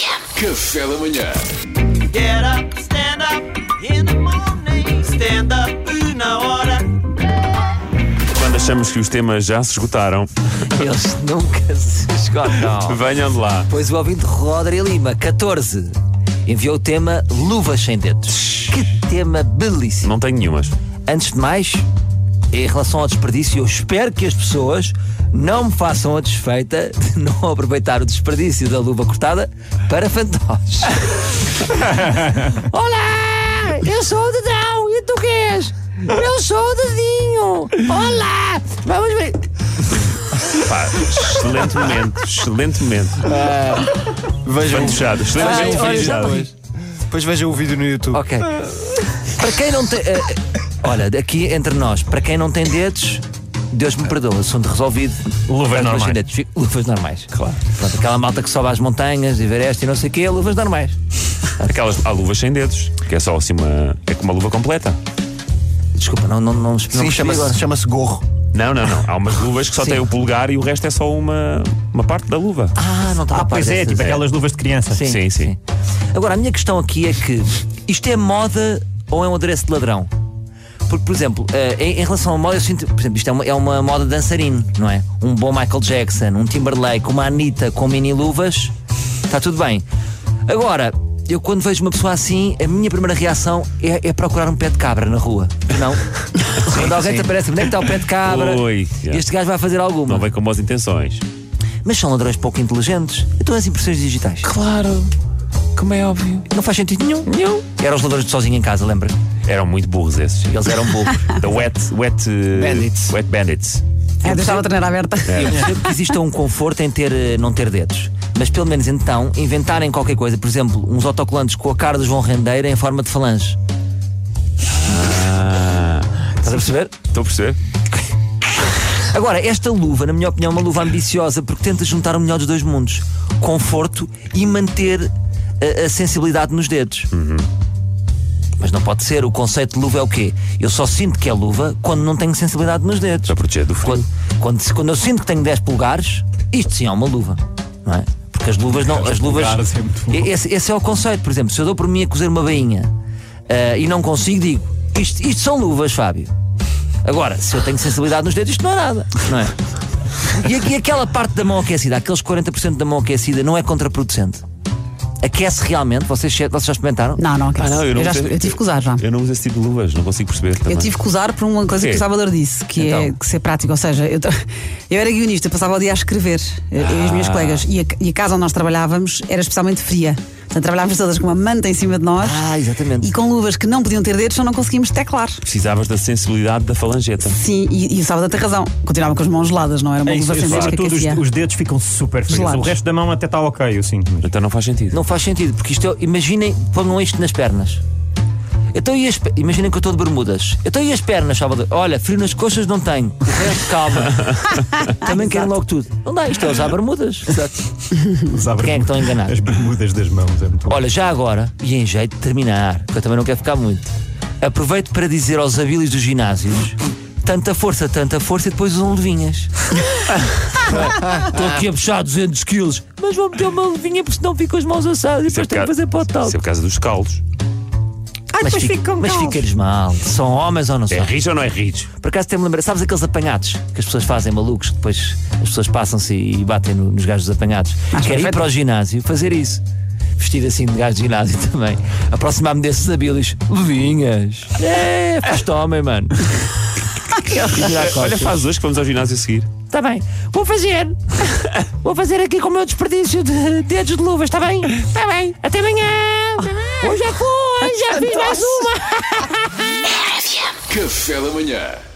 Café da manhã. Get up, stand up in the morning. Stand up na hora. Quando achamos que os temas já se esgotaram, Eles nunca se esgotam. venham de lá. Pois o ouvinte Rodri Lima, 14, enviou o tema Luvas Sem Dedos. Que tema belíssimo. Não tenho nenhumas. Antes de mais, em relação ao desperdício, eu espero que as pessoas não me façam a desfeita de não aproveitar o desperdício da luva cortada para fantoches. Olá, eu sou o dedão e tu que és? Eu sou o dedinho. Olá, vamos ver. Pá, excelente momento, excelente momento. Vejam, Fantochado, excelente Ai, momento. olha, Fantochado. depois vejam o vídeo no YouTube. Ok. Para quem não tem. Olha, aqui entre nós, para quem não tem dedos, Deus me perdoa, assunto resolvido. Luvas normais. sem dedos. Luvas normais, claro. Pronto, aquela malta que sobe às montanhas, Everest e não sei o quê, luvas normais. Há luvas sem dedos, que é só assim uma. É como uma luva completa. Desculpa, não Sim, percebi agora. chama-se gorro. Não. Há umas luvas que só Sim. têm o polegar e o resto é só uma parte da luva. Não estava a par Pois é, dessas. tipo aquelas luvas de criança. Sim. Agora, a minha questão aqui é que isto é moda ou é um adereço de ladrão? Porque, por exemplo, em relação à moda, eu sinto, por exemplo, isto é uma moda dançarino, não é? Um bom Michael Jackson, um Timberlake, uma Anitta com mini luvas, está tudo bem. Agora, eu quando vejo uma pessoa assim, a minha primeira reação é procurar um pé de cabra na rua. Não? Quando alguém te aparece, onde é que está o pé de cabra? Ui, já. Este gajo vai fazer alguma. Não vem com boas intenções. Mas são ladrões pouco inteligentes. Então as impressões digitais. Claro, como é óbvio. Não faz sentido nenhum. Eram os ladrões de sozinho em casa, lembra? Eram muito burros esses. Eles eram burros. The Wet Bandits. Deixava a torneira aberta. Eu percebo que existe um conforto em não ter dedos. Mas pelo menos então inventarem qualquer coisa. Por exemplo, uns autocolantes com a cara do João Rendeira em forma de falange. Estás a perceber? Estou a perceber? Agora, esta luva, na minha opinião, é uma luva ambiciosa porque tenta juntar o melhor dos dois mundos: conforto e manter a sensibilidade nos dedos. Mas não pode ser. O conceito de luva é o quê? Eu só sinto que é luva quando não tenho sensibilidade nos dedos. Para proteger do frio. Quando eu sinto que tenho 10 polegares, isto sim é uma luva, não é? Porque as luvas não. As luvas. polegares é muito bom. Esse é o conceito. Por exemplo, se eu dou por mim a cozer uma bainha e não consigo, digo: isto são luvas, Fábio. Agora, se eu tenho sensibilidade nos dedos, isto não é nada, não é? E aquela parte da mão aquecida, aqueles 40% da mão aquecida, não é contraproducente? Aquece realmente? Vocês já experimentaram? Não, eu eu tive que usar já. Eu não uso esse tipo de luvas, não consigo perceber. Eu também. tive que usar por uma coisa Porquê? que o Salvador disse, que é Então. que ser prático. Ou seja, eu era guionista, passava o dia a escrever, eu e os meus colegas, e a casa onde nós trabalhávamos era especialmente fria. Portanto, trabalhávamos todas com uma manta em cima de nós Exatamente. e com luvas que não podiam ter dedos, só não conseguíamos teclar. Precisavas da sensibilidade da falangeta. Sim, e o Salvador tem razão. Continuava com as mãos geladas, não era uma É luva isso, sem dedos que sobretudo aquecia. os dedos ficam super frios. Gelados. O resto da mão até está ok, eu sinto. Mas... Então não faz sentido. Não faz sentido, porque isto imaginem, ponham isto nas pernas. Então imaginem que eu estou de bermudas. Então e as pernas, Salvador? Olha, frio nas coxas não tenho. O resto, calma. Também querem logo tudo. Não dá, isto é usar bermudas. Exato. Quem é que estão enganados? As bermudas das mãos, é muito bom. Olha, já agora, e em jeito de terminar, porque eu também não quero ficar muito, aproveito para dizer aos habilis dos ginásios: tanta força, e depois usam luvinhas. Estou aqui a puxar 200 quilos, mas vou meter uma luvinha porque senão fico com as mãos assadas e depois tenho que fazer para o tal. Isso é por causa dos caldos. Mas ficas mal. São homens ou não são? É rijo ou não é rijo? Por acaso tem-me lembrar, sabes aqueles apanhados que as pessoas fazem malucos, que depois as pessoas passam-se e batem nos gajos dos apanhados? Quero ir para o ginásio fazer isso. Vestido assim de gajo de ginásio também. Aproximar-me desses habilis. Luvinhas. Faz-te homem, mano. Olha, faz hoje que vamos ao ginásio a seguir. Está bem. Vou fazer aqui com o meu desperdício de dedos de luvas, está bem? Está bem. Até amanhã. Hoje já foi, já fiz mais uma. Café da manhã.